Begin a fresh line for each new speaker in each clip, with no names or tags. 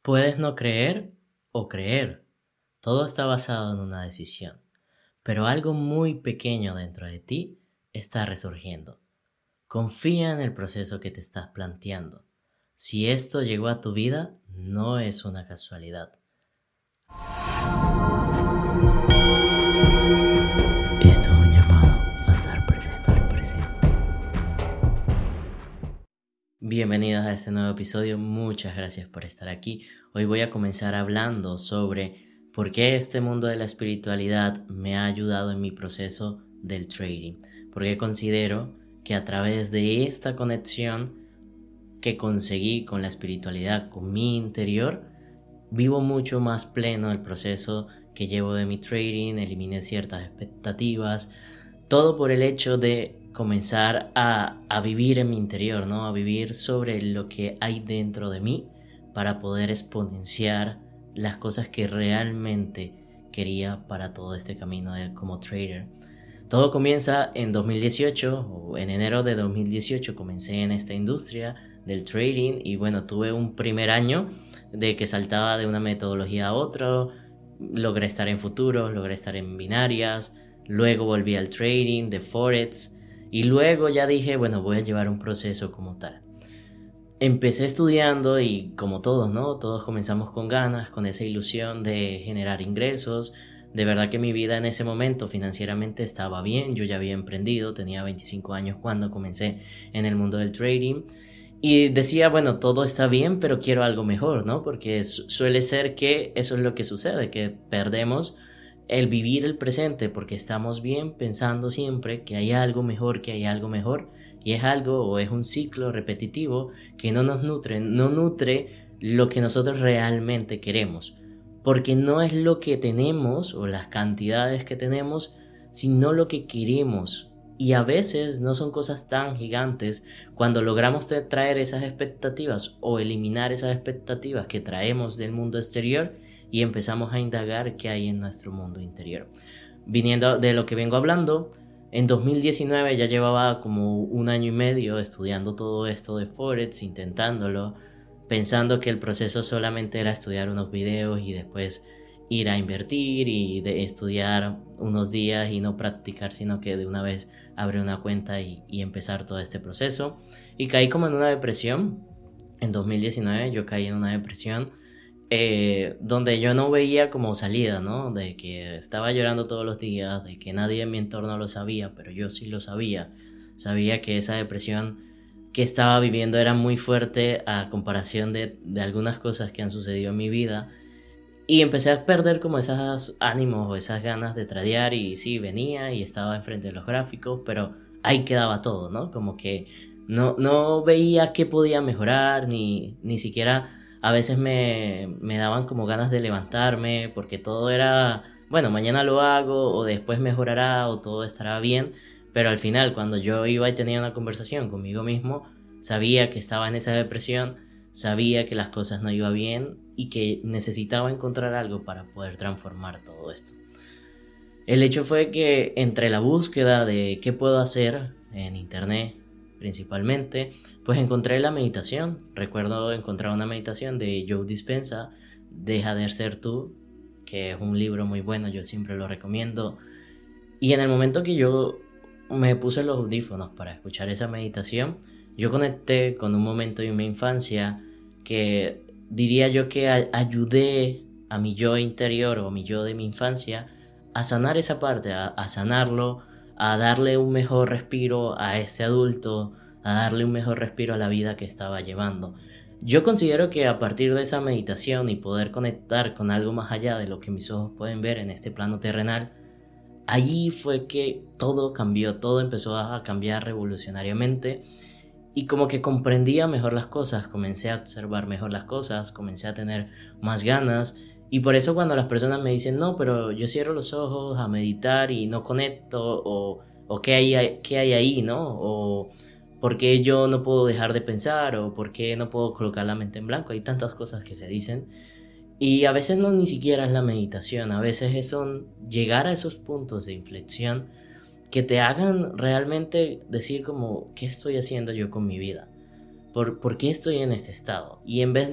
Puedes no creer o creer. Todo está basado en una decisión. Pero algo muy pequeño dentro de ti está resurgiendo. Confía en el proceso que te estás planteando. Si esto llegó a tu vida, no es una casualidad. Esto es un llamado a estar presente. Bienvenidos a este nuevo episodio, muchas gracias por estar aquí. Hoy voy a comenzar hablando sobre por qué este mundo de la espiritualidad me ha ayudado en mi proceso del trading. Porque considero que a través de esta conexión que conseguí con la espiritualidad, con mi interior, vivo mucho más pleno el proceso que llevo de mi trading, eliminé ciertas expectativas, todo por el hecho de comenzar a vivir en mi interior, ¿no? A vivir sobre lo que hay dentro de mí para poder exponenciar las cosas que realmente quería para todo este camino como trader. Todo comienza en 2018 o en enero de 2018 comencé en esta industria del trading y bueno, tuve un primer año de que saltaba de una metodología a otra, logré estar en futuros, logré estar en binarias, luego volví al trading de Forex y luego ya dije, bueno, voy a llevar un proceso como tal. Empecé estudiando y como todos, ¿no? Todos comenzamos con ganas, con esa ilusión de generar ingresos. De verdad que mi vida en ese momento financieramente estaba bien, yo ya había emprendido, tenía 25 años cuando comencé en el mundo del trading. Y decía, bueno, todo está bien, pero quiero algo mejor, ¿no? Porque suele ser que eso es lo que sucede, que perdemos el vivir el presente porque estamos bien pensando siempre que hay algo mejor, y es algo o es un ciclo repetitivo que no nos nutre, no nutre lo que nosotros realmente queremos, porque no es lo que tenemos o las cantidades que tenemos, sino lo que queremos. Y a veces no son cosas tan gigantes cuando logramos traer esas expectativas o eliminar esas expectativas que traemos del mundo exterior y empezamos a indagar qué hay en nuestro mundo interior. Viniendo de lo que vengo hablando, en 2019 ya llevaba como 1 año y medio estudiando todo esto de Forex, intentándolo, pensando que el proceso solamente era estudiar unos videos y después ir a invertir y de estudiar unos días y no practicar, sino que de una vez abrir una cuenta y empezar todo este proceso. Y caí como en una depresión. En 2019 yo caí en una depresión donde yo no veía como salida, ¿no? De que estaba llorando todos los días, de que nadie en mi entorno lo sabía, pero yo sí lo sabía. Sabía que esa depresión que estaba viviendo era muy fuerte a comparación de algunas cosas que han sucedido en mi vida. Y empecé a perder como esos ánimos o esas ganas de tradear y sí, venía y estaba enfrente de los gráficos, pero ahí quedaba todo, ¿no? Como que no veía qué podía mejorar, ni siquiera a veces me daban como ganas de levantarme porque todo era, bueno, mañana lo hago o después mejorará o todo estará bien, pero al final cuando yo iba y tenía una conversación conmigo mismo, sabía que estaba en esa depresión, sabía que las cosas no iban bien y que necesitaba encontrar algo para poder transformar todo esto. El hecho fue que entre la búsqueda de qué puedo hacer en internet principalmente, pues encontré la meditación. Recuerdo encontrar una meditación de Joe Dispenza, Deja de ser tú, que es un libro muy bueno, yo siempre lo recomiendo. Y en el momento que yo me puse los audífonos para escuchar esa meditación, yo conecté con un momento de mi infancia que diría yo que ayudé a mi yo interior o a mi yo de mi infancia a sanar esa parte, a sanarlo, a darle un mejor respiro a este adulto, a darle un mejor respiro a la vida que estaba llevando. Yo considero que a partir de esa meditación y poder conectar con algo más allá de lo que mis ojos pueden ver en este plano terrenal, allí fue que todo cambió, todo empezó a cambiar revolucionariamente y como que comprendía mejor las cosas, comencé a observar mejor las cosas, comencé a tener más ganas y por eso cuando las personas me dicen no, pero yo cierro los ojos a meditar y no conecto o qué hay ahí, ¿no? O por qué yo no puedo dejar de pensar o por qué no puedo colocar la mente en blanco, hay tantas cosas que se dicen. Y a veces no ni siquiera es la meditación, a veces es llegar a esos puntos de inflexión que te hagan realmente decir como, ¿qué estoy haciendo yo con mi vida? ¿Por qué estoy en este estado? Y en vez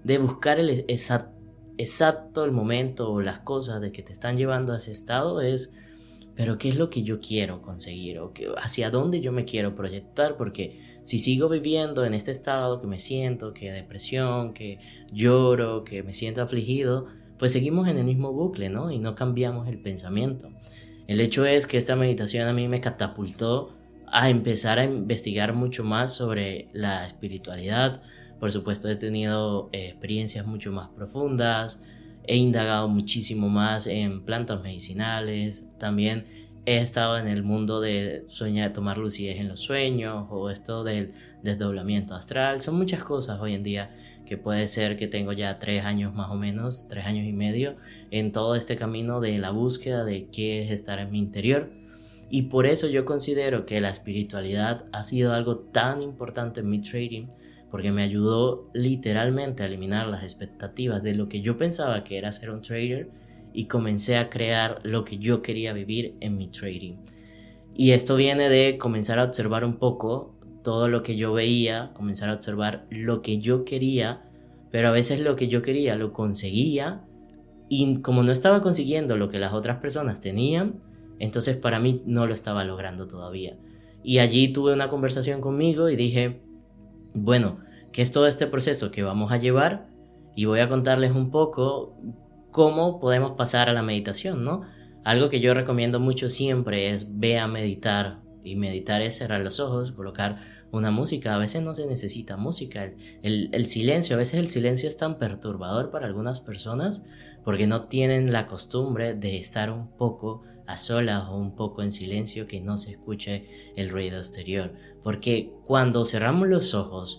de buscar el exacto el momento o las cosas de que te están llevando a ese estado es, pero ¿qué es lo que yo quiero conseguir? ¿O hacia dónde yo me quiero proyectar? Porque si sigo viviendo en este estado que me siento, que depresión, que lloro, que me siento afligido, pues seguimos en el mismo bucle, ¿no? Y no cambiamos el pensamiento. El hecho es que esta meditación a mí me catapultó a empezar a investigar mucho más sobre la espiritualidad. Por supuesto, he tenido experiencias mucho más profundas, he indagado muchísimo más en plantas medicinales, también he estado en el mundo de soñar, tomar lucidez en los sueños o esto del desdoblamiento astral. Son muchas cosas hoy en día que puede ser que tengo ya 3 años más o menos, 3 años y medio en todo este camino de la búsqueda de qué es estar en mi interior. Y por eso yo considero que la espiritualidad ha sido algo tan importante en mi trading, porque me ayudó literalmente a eliminar las expectativas de lo que yo pensaba que era ser un trader y comencé a crear lo que yo quería vivir en mi trading. Y esto viene de comenzar a observar un poco todo lo que yo veía, comenzar a observar lo que yo quería, pero a veces lo que yo quería lo conseguía y como no estaba consiguiendo lo que las otras personas tenían, entonces para mí no lo estaba logrando todavía. Y allí tuve una conversación conmigo y dije, bueno, ¿qué es todo este proceso que vamos a llevar? Y voy a contarles un poco cómo podemos pasar a la meditación, ¿no? Algo que yo recomiendo mucho siempre es ve a meditar. Y meditar es cerrar los ojos, colocar una música. A veces no se necesita música. El silencio, a veces el silencio es tan perturbador para algunas personas porque no tienen la costumbre de estar un poco a solas o un poco en silencio, que no se escuche el ruido exterior. Porque cuando cerramos los ojos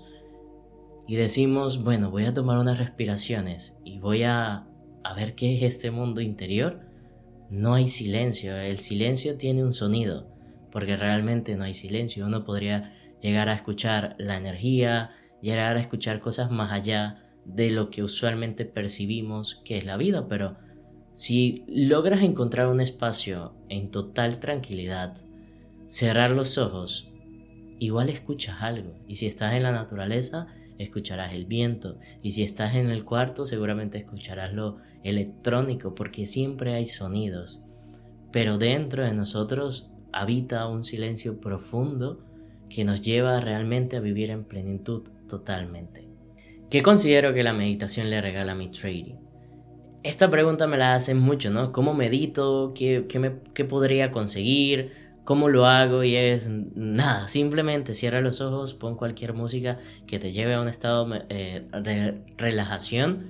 y decimos, bueno, voy a tomar unas respiraciones y voy a ver qué es este mundo interior, no hay silencio. El silencio tiene un sonido, porque realmente no hay silencio. Uno podría llegar a escuchar la energía, llegar a escuchar cosas más allá de lo que usualmente percibimos que es la vida, pero si logras encontrar un espacio en total tranquilidad, cerrar los ojos, igual escuchas algo. Y si estás en la naturaleza, escucharás el viento. Y si estás en el cuarto, seguramente escucharás lo electrónico, porque siempre hay sonidos. Pero dentro de nosotros habita un silencio profundo que nos lleva realmente a vivir en plenitud totalmente. ¿Qué considero que la meditación le regala a mi trading? Esta pregunta me la hacen mucho, ¿no? ¿Cómo medito? ¿Qué podría conseguir? ¿Cómo lo hago? Y es nada, simplemente cierra los ojos, pon cualquier música que te lleve a un estado de relajación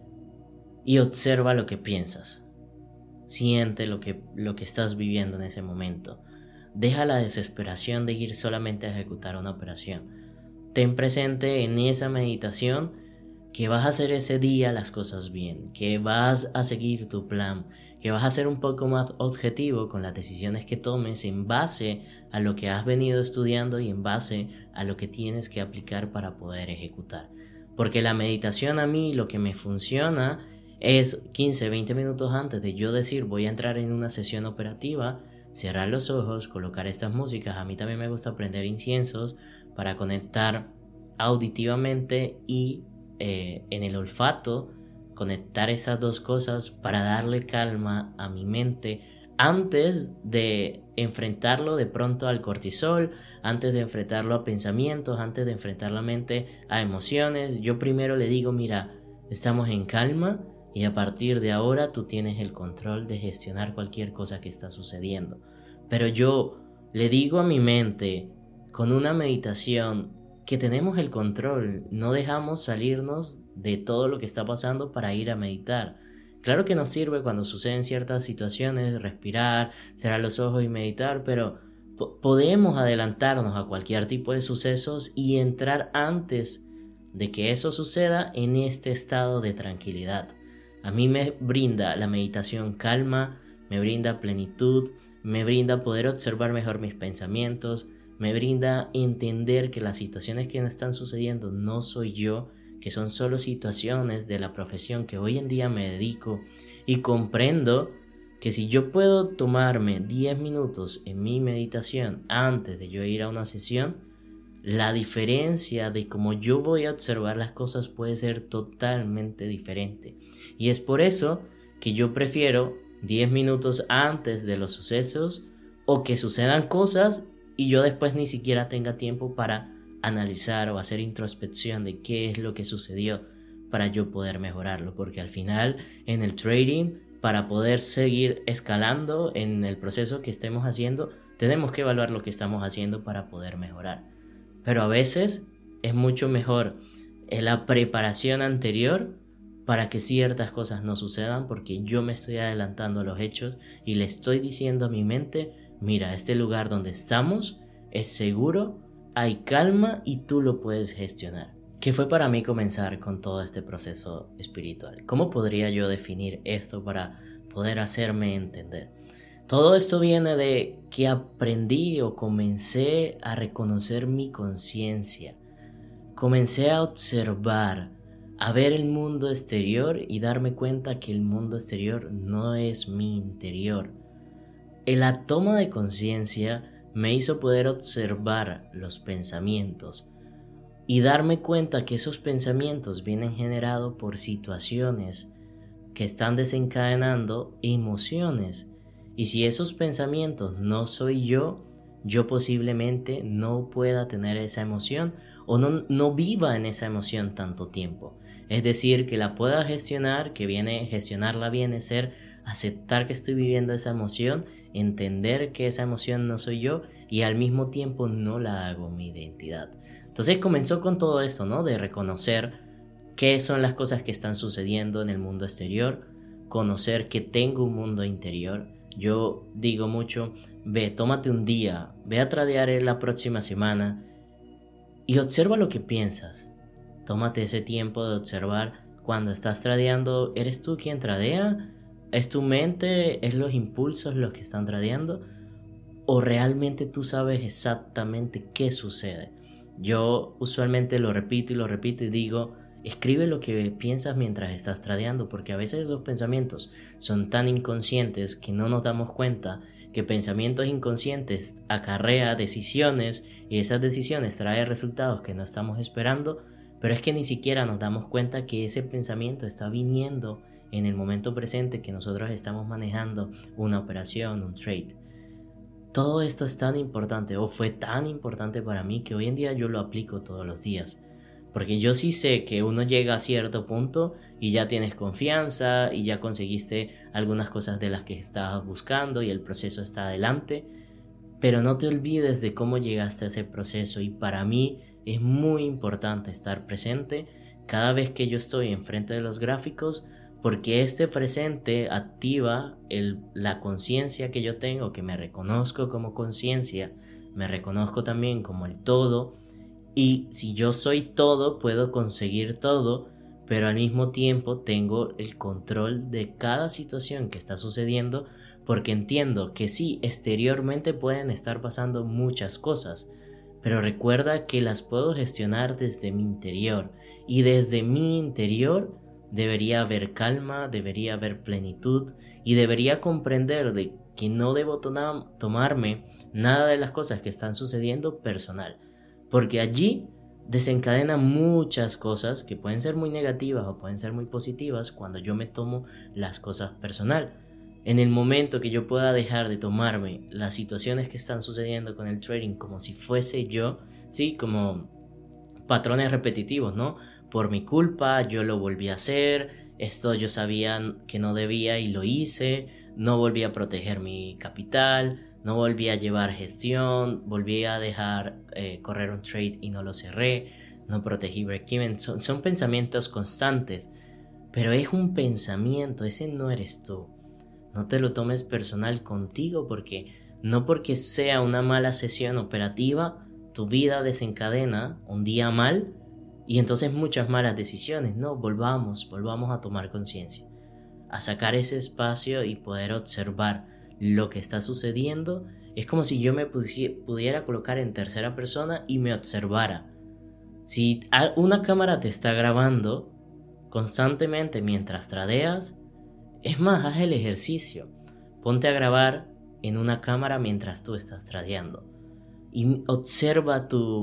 y observa lo que piensas. Siente lo que estás viviendo en ese momento. Deja la desesperación de ir solamente a ejecutar una operación. Ten presente en esa meditación que vas a hacer ese día las cosas bien, que vas a seguir tu plan, que vas a ser un poco más objetivo con las decisiones que tomes en base a lo que has venido estudiando y en base a lo que tienes que aplicar para poder ejecutar. Porque la meditación a mí lo que me funciona es 15-20 minutos antes de yo decir voy a entrar en una sesión operativa, cerrar los ojos, colocar estas músicas. A mí también me gusta prender inciensos para conectar auditivamente y en el olfato, conectar esas dos cosas para darle calma a mi mente antes de enfrentarlo de pronto al cortisol, antes de enfrentarlo a pensamientos, antes de enfrentar la mente a emociones. Yo primero le digo, mira, estamos en calma y a partir de ahora tú tienes el control de gestionar cualquier cosa que está sucediendo. Pero yo le digo a mi mente con una meditación que tenemos el control, no dejamos salirnos de todo lo que está pasando para ir a meditar. Claro que nos sirve cuando suceden ciertas situaciones, respirar, cerrar los ojos y meditar, pero podemos adelantarnos a cualquier tipo de sucesos y entrar antes de que eso suceda en este estado de tranquilidad. A mí me brinda la meditación calma, me brinda plenitud, me brinda poder observar mejor mis pensamientos, me brinda entender que las situaciones que me están sucediendo no soy yo, que son solo situaciones de la profesión que hoy en día me dedico, y comprendo que si yo puedo tomarme 10 minutos en mi meditación antes de yo ir a una sesión, la diferencia de cómo yo voy a observar las cosas puede ser totalmente diferente. Y es por eso que yo prefiero 10 minutos antes de los sucesos o que sucedan cosas y yo después ni siquiera tenga tiempo para analizar o hacer introspección de qué es lo que sucedió para yo poder mejorarlo, porque al final en el trading, para poder seguir escalando en el proceso que estemos haciendo, tenemos que evaluar lo que estamos haciendo para poder mejorar. Pero a veces es mucho mejor la preparación anterior para que ciertas cosas no sucedan, porque yo me estoy adelantando a los hechos y le estoy diciendo a mi mente, mira, este lugar donde estamos es seguro, hay calma y tú lo puedes gestionar. ¿Qué fue para mí comenzar con todo este proceso espiritual? ¿Cómo podría yo definir esto para poder hacerme entender? Todo esto viene de que aprendí o comencé a reconocer mi conciencia. Comencé a observar, a ver el mundo exterior y darme cuenta que el mundo exterior no es mi interior. La toma de conciencia me hizo poder observar los pensamientos y darme cuenta que esos pensamientos vienen generados por situaciones que están desencadenando emociones. Y si esos pensamientos no soy yo posiblemente no pueda tener esa emoción o no viva en esa emoción tanto tiempo. Es decir, que la pueda gestionar, gestionarla viene ser aceptar que estoy viviendo esa emoción, entender que esa emoción no soy yo y al mismo tiempo no la hago mi identidad. Entonces comenzó con todo esto, ¿no? De reconocer qué son las cosas que están sucediendo en el mundo exterior, conocer que tengo un mundo interior. Yo digo mucho, tómate un día, ve a tradear la próxima semana y observa lo que piensas. Tómate ese tiempo de observar cuando estás tradeando, ¿eres tú quien tradea? ¿Es tu mente? ¿Es los impulsos los que están tradeando? ¿O realmente tú sabes exactamente qué sucede? Yo usualmente lo repito y digo, escribe lo que piensas mientras estás tradeando, porque a veces esos pensamientos son tan inconscientes que no nos damos cuenta que pensamientos inconscientes acarrea decisiones y esas decisiones traen resultados que no estamos esperando, pero es que ni siquiera nos damos cuenta que ese pensamiento está viniendo en el momento presente que nosotros estamos manejando una operación, un trade. Todo esto es tan importante o fue tan importante para mí que hoy en día yo lo aplico todos los días. Porque yo sí sé que uno llega a cierto punto y ya tienes confianza y ya conseguiste algunas cosas de las que estabas buscando y el proceso está adelante. Pero no te olvides de cómo llegaste a ese proceso y para mí es muy importante estar presente cada vez que yo estoy enfrente de los gráficos, porque este presente activa la conciencia que yo tengo, que me reconozco como conciencia, me reconozco también como el todo, y si yo soy todo, puedo conseguir todo, pero al mismo tiempo tengo el control de cada situación que está sucediendo, porque entiendo que sí, exteriormente pueden estar pasando muchas cosas, pero recuerda que las puedo gestionar desde mi interior, y desde mi interior debería haber calma, debería haber plenitud y debería comprender de que no debo tomarme nada de las cosas que están sucediendo personal, porque allí desencadenan muchas cosas que pueden ser muy negativas o pueden ser muy positivas cuando yo me tomo las cosas personal. En el momento que yo pueda dejar de tomarme las situaciones que están sucediendo con el trading como si fuese yo, sí, como patrones repetitivos, ¿no? Por mi culpa, yo lo volví a hacer, esto yo sabía que no debía y lo hice, no volví a proteger mi capital, no volví a llevar gestión, volví a dejar correr un trade y no lo cerré, no protegí break-even. Son pensamientos constantes, pero es un pensamiento, ese no eres tú. No te lo tomes personal contigo no porque sea una mala sesión operativa, tu vida desencadena un día mal y entonces muchas malas decisiones. No, volvamos a tomar conciencia, a sacar ese espacio y poder observar lo que está sucediendo. Es como si yo me pudiera colocar en tercera persona y me observara. Si una cámara te está grabando constantemente mientras tradeas, es más, haz el ejercicio. Ponte a grabar en una cámara mientras tú estás tradeando y observa tu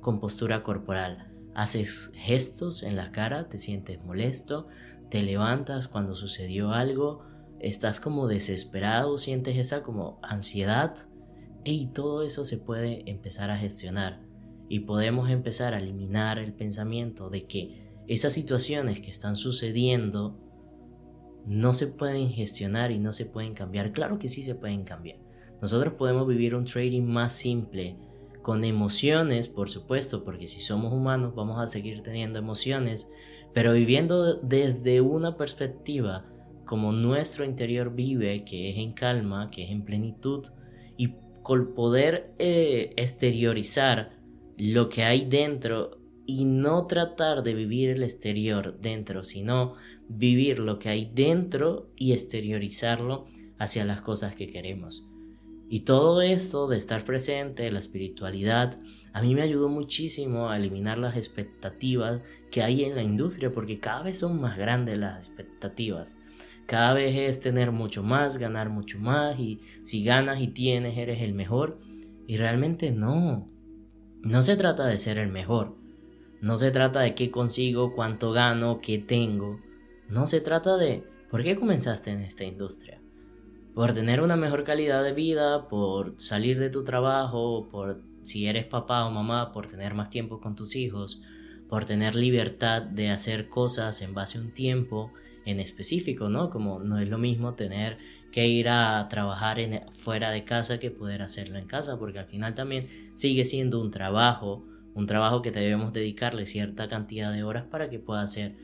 con postura corporal. Haces gestos en la cara, te sientes molesto, te levantas cuando sucedió algo, estás como desesperado, sientes esa como ansiedad. Y todo eso se puede empezar a gestionar y podemos empezar a eliminar el pensamiento de que esas situaciones que están sucediendo no se pueden gestionar y no se pueden cambiar. Claro que sí se pueden cambiar. Nosotros podemos vivir un trading más simple, con emociones, por supuesto, porque si somos humanos vamos a seguir teniendo emociones, pero viviendo desde una perspectiva como nuestro interior vive, que es en calma, que es en plenitud, y con poder exteriorizar lo que hay dentro y no tratar de vivir el exterior dentro, sino vivir lo que hay dentro y exteriorizarlo hacia las cosas que queremos. Y todo esto de estar presente, la espiritualidad, a mí me ayudó muchísimo a eliminar las expectativas que hay en la industria, porque cada vez son más grandes las expectativas. Cada vez es tener mucho más, ganar mucho más, y si ganas y tienes eres el mejor. Y realmente no se trata de ser el mejor, no se trata de qué consigo, cuánto gano, qué tengo. No se trata de por qué comenzaste en esta industria. Por tener una mejor calidad de vida, por salir de tu trabajo, por si eres papá o mamá, por tener más tiempo con tus hijos, por tener libertad de hacer cosas en base a un tiempo en específico, ¿no? Como no es lo mismo tener que ir a trabajar fuera de casa que poder hacerlo en casa, porque al final también sigue siendo un trabajo que debemos dedicarle cierta cantidad de horas para que pueda ser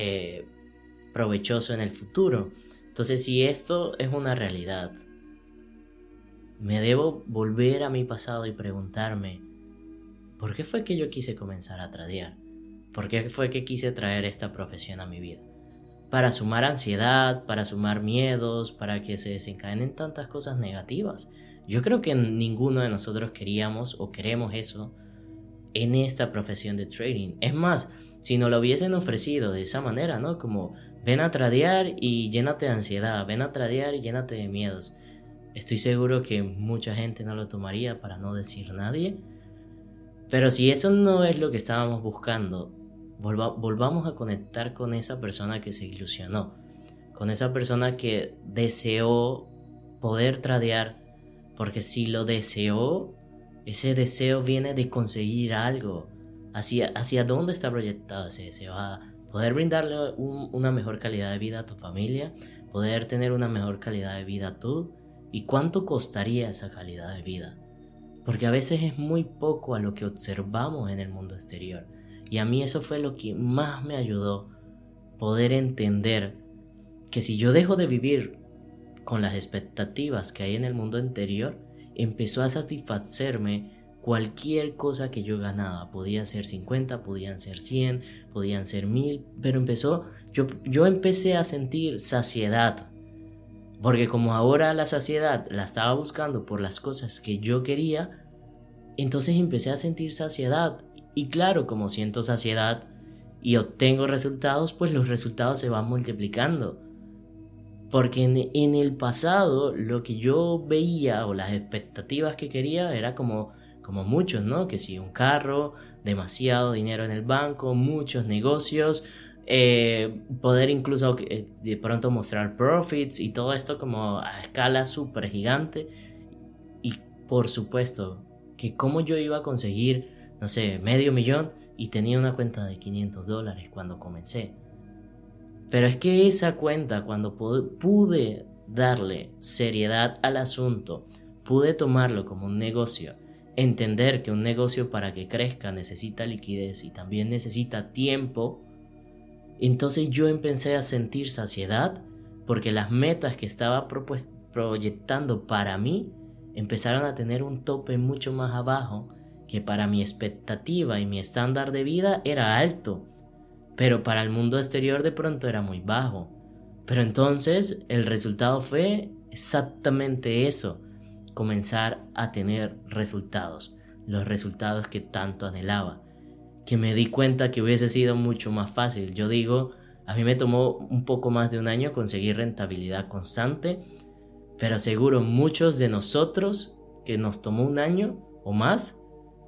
provechoso en el futuro. Entonces, si esto es una realidad, me debo volver a mi pasado y preguntarme, ¿por qué fue que yo quise comenzar a tradear? ¿Por qué fue que quise traer esta profesión a mi vida? Para sumar ansiedad, para sumar miedos, para que se desencadenen tantas cosas negativas. Yo creo que ninguno de nosotros queríamos o queremos eso en esta profesión de trading. Es más, si nos lo hubiesen ofrecido de esa manera, ¿no? Como ven a tradear y llénate de ansiedad, ven a tradear y llénate de miedos. Estoy seguro que mucha gente no lo tomaría, para no decir nadie. Pero si eso no es lo que estábamos buscando, volvamos a conectar con esa persona que se ilusionó, con esa persona que deseó poder tradear, porque si lo deseó, ese deseo viene de conseguir algo. ¿Hacia dónde está proyectado ese deseo? A poder brindarle una mejor calidad de vida a tu familia, poder tener una mejor calidad de vida tú. ¿Y cuánto costaría esa calidad de vida? Porque a veces es muy poco a lo que observamos en el mundo exterior. Y a mí eso fue lo que más me ayudó, poder entender que si yo dejo de vivir con las expectativas que hay en el mundo interior, empezó a satisfacerme cualquier cosa que yo ganaba. Podía ser 50, podían ser 100, podían ser 1000, pero yo empecé a sentir saciedad. Porque como ahora la saciedad la estaba buscando por las cosas que yo quería, entonces empecé a sentir saciedad. Y claro, como siento saciedad y obtengo resultados, pues los resultados se van multiplicando. Porque en el pasado lo que yo veía o las expectativas que quería era como muchos, ¿no? Que si un carro, demasiado dinero en el banco, muchos negocios, poder incluso de pronto mostrar profits y todo esto como a escala súper gigante. Y por supuesto que cómo yo iba a conseguir, no sé, $500,000 y tenía una cuenta de $500 cuando comencé. Pero es que esa cuenta, cuando pude darle seriedad al asunto, pude tomarlo como un negocio, entender que un negocio para que crezca necesita liquidez y también necesita tiempo, entonces yo empecé a sentir saciedad, porque las metas que estaba proyectando para mí empezaron a tener un tope mucho más abajo, que para mi expectativa y mi estándar de vida era alto, pero para el mundo exterior de pronto era muy bajo. Pero entonces el resultado fue exactamente eso, comenzar a tener resultados, los resultados que tanto anhelaba, que me di cuenta que hubiese sido mucho más fácil. Yo digo, a mí me tomó un poco más de un año conseguir rentabilidad constante, pero seguro muchos de nosotros que nos tomó un año o más,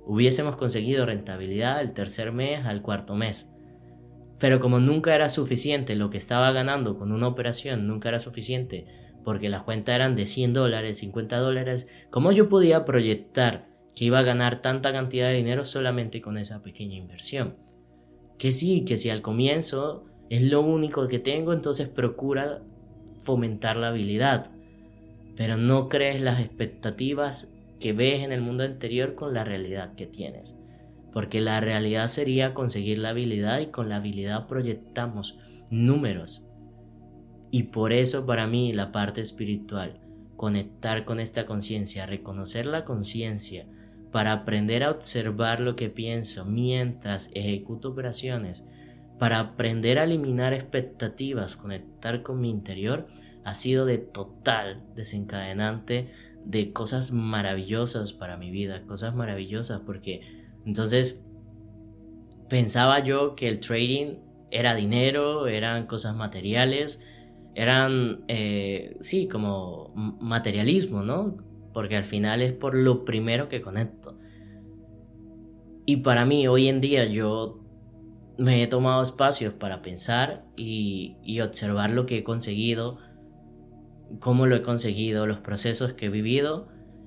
hubiésemos conseguido rentabilidad al tercer mes, al cuarto mes. Pero como nunca era suficiente lo que estaba ganando con una operación, nunca era suficiente porque las cuentas eran de $100, $50, ¿cómo yo podía proyectar que iba a ganar tanta cantidad de dinero solamente con esa pequeña inversión? Que sí, que si al comienzo es lo único que tengo, entonces procura fomentar la habilidad, pero no crees las expectativas que ves en el mundo anterior con la realidad que tienes, porque la realidad sería conseguir la habilidad y con la habilidad proyectamos números. Y por eso para mí la parte espiritual, conectar con esta conciencia, reconocer la conciencia para aprender a observar lo que pienso mientras ejecuto operaciones, para aprender a eliminar expectativas, conectar con mi interior, ha sido de total desencadenante de cosas maravillosas para mi vida, cosas maravillosas, porque entonces pensaba yo que el trading era dinero, eran cosas materiales, eran, sí, como materialismo, ¿no? Porque al final es por lo primero que conecto. Y para mí hoy en día yo me he tomado espacios para pensar y observar lo que he conseguido, cómo lo he conseguido, los procesos que he vivido,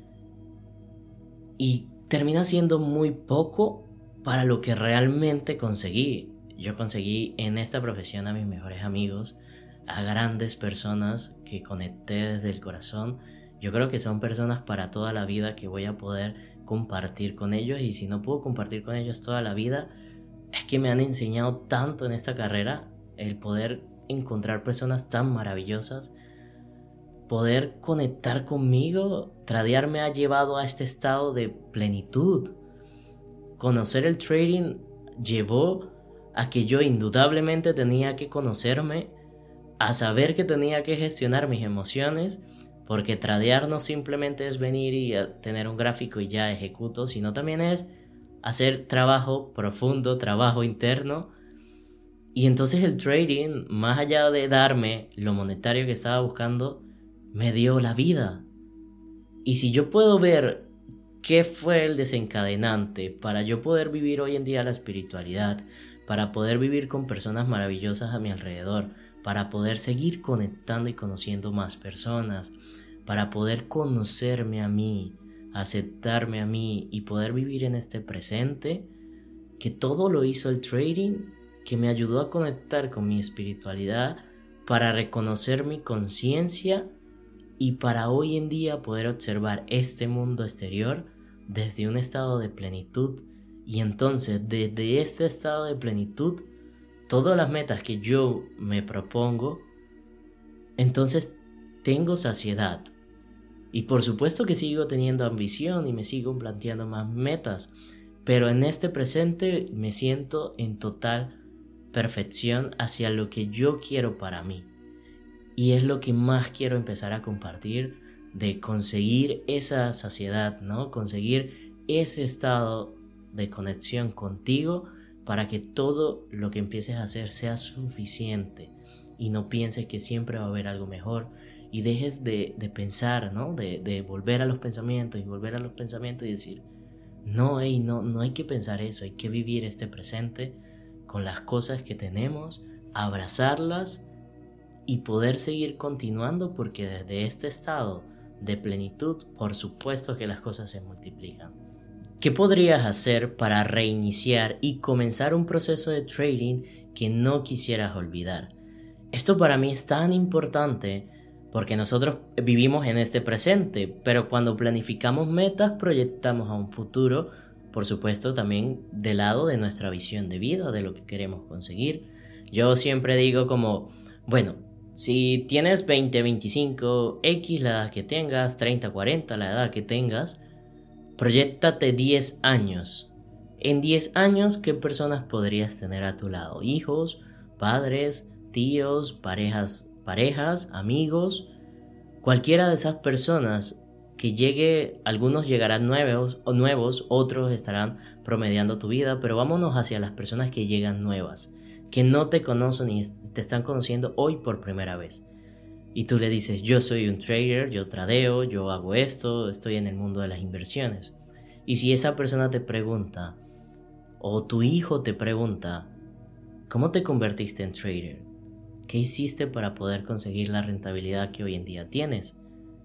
y termina siendo muy poco para lo que realmente conseguí. Yo conseguí en esta profesión a mis mejores amigos, a grandes personas que conecté desde el corazón. Yo creo que son personas para toda la vida que voy a poder compartir con ellos, y si no puedo compartir con ellos toda la vida, es que me han enseñado tanto en esta carrera, el poder encontrar personas tan maravillosas, poder conectar conmigo. Tradear me ha llevado a este estado de plenitud. Conocer el trading llevó a que yo indudablemente tenía que conocerme, a saber que tenía que gestionar mis emociones, porque tradear no simplemente es venir y tener un gráfico y ya ejecuto, sino también es hacer trabajo profundo, trabajo interno. Y entonces el trading, más allá de darme lo monetario que estaba buscando, me dio la vida. Y si yo puedo ver qué fue el desencadenante para yo poder vivir hoy en día la espiritualidad, para poder vivir con personas maravillosas a mi alrededor, para poder seguir conectando y conociendo más personas, para poder conocerme a mí, aceptarme a mí y poder vivir en este presente, que todo lo hizo el trading, que me ayudó a conectar con mi espiritualidad, para reconocer mi conciencia y para hoy en día poder observar este mundo exterior desde un estado de plenitud. Y entonces desde este estado de plenitud, todas las metas que yo me propongo, entonces tengo saciedad. Y por supuesto que sigo teniendo ambición y me sigo planteando más metas, pero en este presente me siento en total perfección hacia lo que yo quiero para mí. Y es lo que más quiero empezar a compartir, de conseguir esa saciedad, ¿no? Conseguir ese estado de conexión contigo para que todo lo que empieces a hacer sea suficiente y no pienses que siempre va a haber algo mejor, y dejes de pensar, ¿no? De volver a los pensamientos y volver a los pensamientos y decir, no hay que pensar eso, hay que vivir este presente con las cosas que tenemos, abrazarlas y poder seguir continuando, porque desde este estado de plenitud, por supuesto que las cosas se multiplican. ¿Qué podrías hacer para reiniciar y comenzar un proceso de trading que no quisieras olvidar? Esto para mí es tan importante porque nosotros vivimos en este presente, pero cuando planificamos metas proyectamos a un futuro, por supuesto también del lado de nuestra visión de vida, de lo que queremos conseguir. Yo siempre digo como, bueno, si tienes 20, 25, X la edad que tengas, 30, 40 la edad que tengas, proyéctate 10 años. En 10 años, ¿qué personas podrías tener a tu lado? Hijos, padres, tíos, parejas, amigos. Cualquiera de esas personas que llegue, algunos llegarán nuevos, otros estarán promediando tu vida, pero vámonos hacia las personas que llegan nuevas, que no te conocen y te están conociendo hoy por primera vez. Y tú le dices, yo soy un trader, yo tradeo, yo hago esto, estoy en el mundo de las inversiones. Y si esa persona te pregunta, o tu hijo te pregunta, ¿cómo te convertiste en trader? ¿Qué hiciste para poder conseguir la rentabilidad que hoy en día tienes?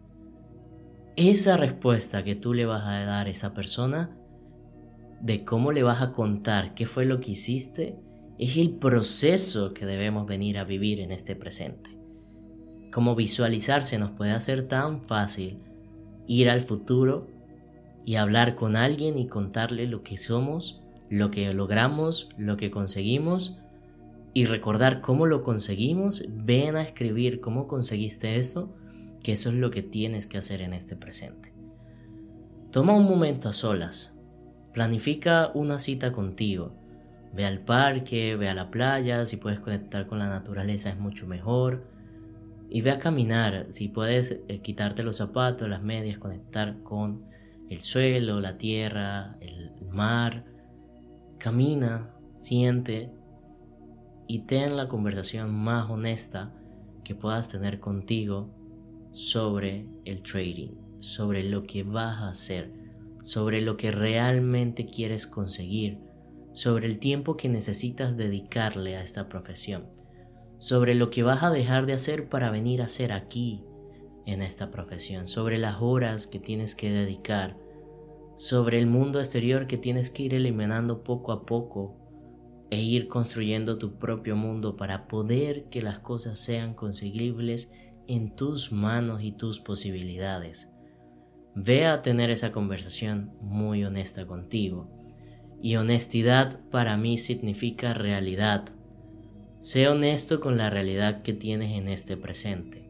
Esa respuesta que tú le vas a dar a esa persona, de cómo le vas a contar qué fue lo que hiciste, es el proceso que debemos venir a vivir en este presente. Como visualizarse nos puede hacer tan fácil ir al futuro y hablar con alguien y contarle lo que somos, lo que logramos, lo que conseguimos y recordar cómo lo conseguimos. Ven a escribir cómo conseguiste eso, que eso es lo que tienes que hacer en este presente. Toma un momento a solas, planifica una cita contigo, ve al parque, ve a la playa, si puedes conectar con la naturaleza es mucho mejor, y ve a caminar, si puedes quitarte los zapatos, las medias, conectar con el suelo, la tierra, el mar. Camina, siente y ten la conversación más honesta que puedas tener contigo sobre el trading, sobre lo que vas a hacer, sobre lo que realmente quieres conseguir, sobre el tiempo que necesitas dedicarle a esta profesión, sobre lo que vas a dejar de hacer para venir a hacer aquí en esta profesión, sobre las horas que tienes que dedicar, sobre el mundo exterior que tienes que ir eliminando poco a poco e ir construyendo tu propio mundo para poder que las cosas sean conseguibles en tus manos y tus posibilidades. Ve a tener esa conversación muy honesta contigo. Y honestidad para mí significa realidad. Sé honesto con la realidad que tienes en este presente.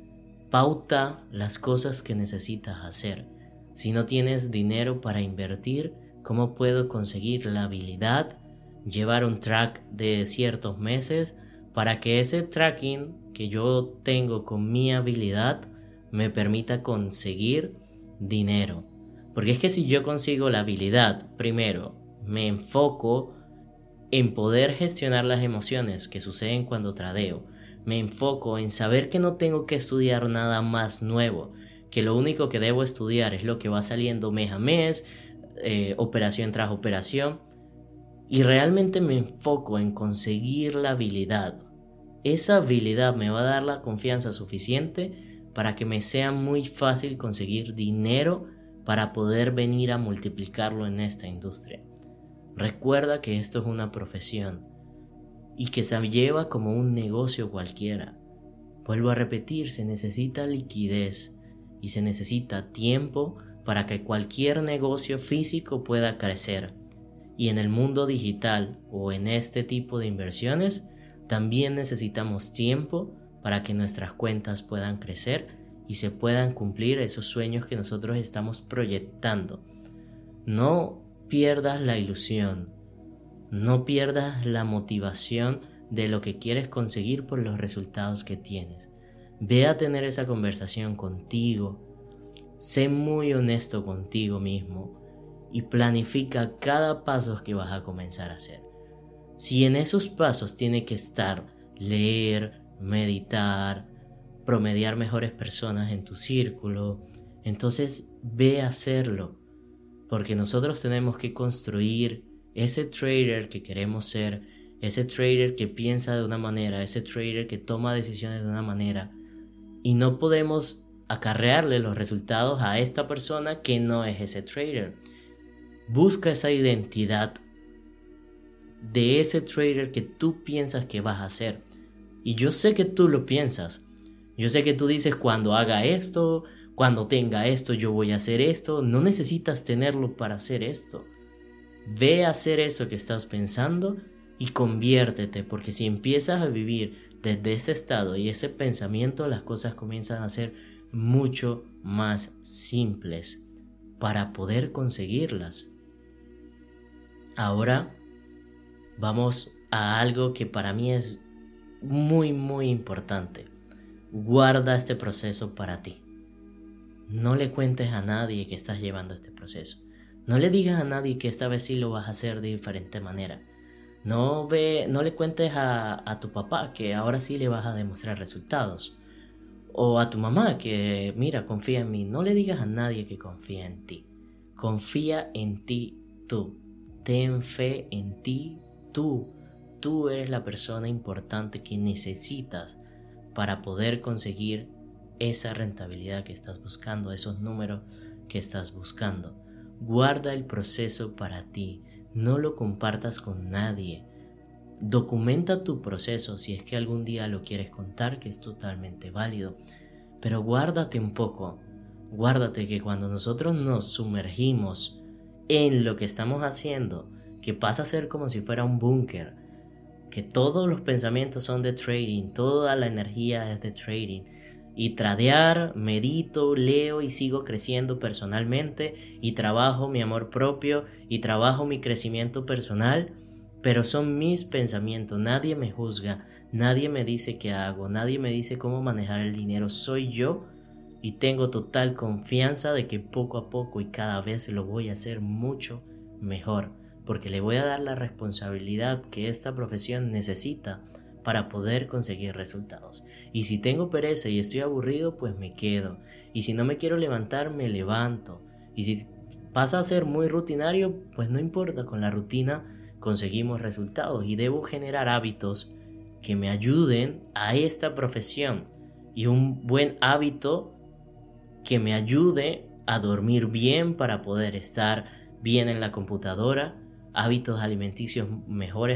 Pauta las cosas que necesitas hacer. Si no tienes dinero para invertir, ¿cómo puedo conseguir la habilidad? Llevar un track de ciertos meses para que ese tracking que yo tengo con mi habilidad me permita conseguir dinero. Porque es que si yo consigo la habilidad, primero me enfoco en poder gestionar las emociones que suceden cuando tradeo. Me enfoco en saber que no tengo que estudiar nada más nuevo, que lo único que debo estudiar es lo que va saliendo mes a mes, operación tras operación, y realmente me enfoco en conseguir la habilidad. Esa habilidad me va a dar la confianza suficiente para que me sea muy fácil conseguir dinero para poder venir a multiplicarlo en esta industria. Recuerda que esto es una profesión y que se lleva como un negocio cualquiera. Vuelvo a repetir, se necesita liquidez y se necesita tiempo para que cualquier negocio físico pueda crecer. Y en el mundo digital o en este tipo de inversiones también necesitamos tiempo para que nuestras cuentas puedan crecer y se puedan cumplir esos sueños que nosotros estamos proyectando. No pierdas la ilusión, no pierdas la motivación de lo que quieres conseguir por los resultados que tienes. Ve a tener esa conversación contigo, sé muy honesto contigo mismo y planifica cada paso que vas a comenzar a hacer. Si en esos pasos tiene que estar leer, meditar, promediar mejores personas en tu círculo, entonces ve a hacerlo, porque nosotros tenemos que construir ese trader que queremos ser, ese trader que piensa de una manera, ese trader que toma decisiones de una manera, y no podemos acarrearle los resultados a esta persona que no es ese trader. Busca esa identidad de ese trader que tú piensas que vas a ser. Y yo sé que tú lo piensas. Yo sé que tú dices, cuando haga esto, cuando tenga esto, yo voy a hacer esto. No necesitas tenerlo para hacer esto. Ve a hacer eso que estás pensando y conviértete, porque si empiezas a vivir desde ese estado y ese pensamiento, las cosas comienzan a ser mucho más simples para poder conseguirlas. Ahora vamos a algo que para mí es muy importante. Guarda este proceso para ti. No le cuentes a nadie que estás llevando este proceso. No le digas a nadie que esta vez sí lo vas a hacer de diferente manera. No le cuentes a tu papá que ahora sí le vas a demostrar resultados. O a tu mamá que, mira, confía en mí. No le digas a nadie que confía en ti. Confía en ti tú. Ten fe en ti tú. Tú eres la persona importante que necesitas para poder conseguir esa rentabilidad que estás buscando, esos números que estás buscando. Guarda el proceso para ti. No lo compartas con nadie. Documenta tu proceso si es que algún día lo quieres contar, que es totalmente válido. Pero guárdate un poco. Guárdate que cuando nosotros nos sumergimos en lo que estamos haciendo, que pasa a ser como si fuera un búnker, que todos los pensamientos son de trading, toda la energía es de trading, y tradear, medito, leo y sigo creciendo personalmente, y trabajo mi amor propio, y trabajo mi crecimiento personal, pero son mis pensamientos, nadie me juzga, nadie me dice qué hago, nadie me dice cómo manejar el dinero, soy yo. Y tengo total confianza de que poco a poco y cada vez lo voy a hacer mucho mejor, porque le voy a dar la responsabilidad que esta profesión necesita para poder conseguir resultados. Y si tengo pereza y estoy aburrido, pues me quedo. Y si no me quiero levantar, me levanto. Y si pasa a ser muy rutinario, pues no importa, con la rutina conseguimos resultados. Y debo generar hábitos que me ayuden a esta profesión. Y un buen hábito que me ayude a dormir bien para poder estar bien en la computadora, hábitos alimenticios, mejores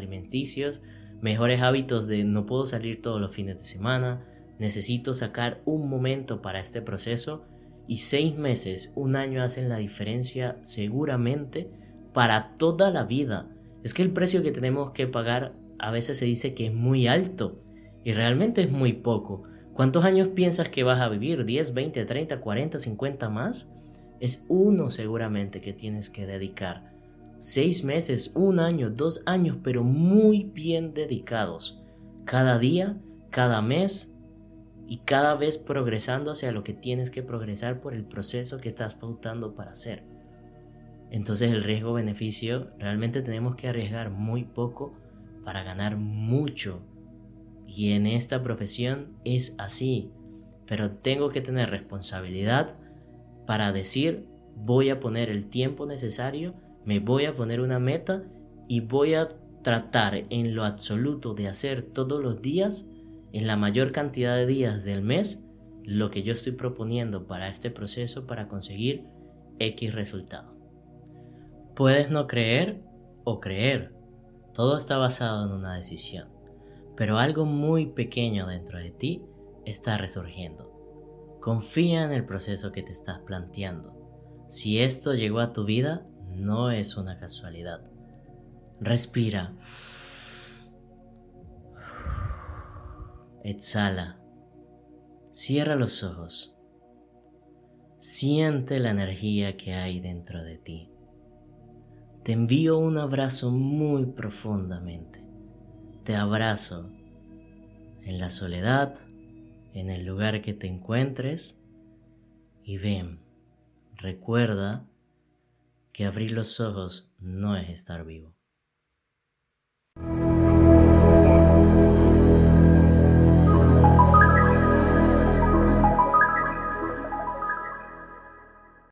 hábitos de no puedo salir todos los fines de semana, necesito sacar un momento para este proceso, y 6 meses, un año hacen la diferencia seguramente para toda la vida. Es que el precio que tenemos que pagar a veces se dice que es muy alto y realmente es muy poco. ¿Cuántos años piensas que vas a vivir? ¿10, 20, 30, 40, 50 más? Es uno seguramente que tienes que dedicar. 6 meses, un año, 2 años, pero muy bien dedicados. Cada día, cada mes y cada vez progresando hacia lo que tienes que progresar por el proceso que estás pautando para hacer. Entonces el riesgo-beneficio, realmente tenemos que arriesgar muy poco para ganar mucho. Y en esta profesión es así, pero tengo que tener responsabilidad para decir, voy a poner el tiempo necesario, me voy a poner una meta y voy a tratar en lo absoluto de hacer todos los días, en la mayor cantidad de días del mes, lo que yo estoy proponiendo para este proceso para conseguir X resultado. Puedes no creer o creer, todo está basado en una decisión. Pero algo muy pequeño dentro de ti está resurgiendo. Confía en el proceso que te estás planteando. Si esto llegó a tu vida, no es una casualidad. Respira. Exhala. Cierra los ojos. Siente la energía que hay dentro de ti. Te envío un abrazo muy profundamente. Te abrazo en la soledad, en el lugar que te encuentres, y ven, recuerda que abrir los ojos no es estar vivo.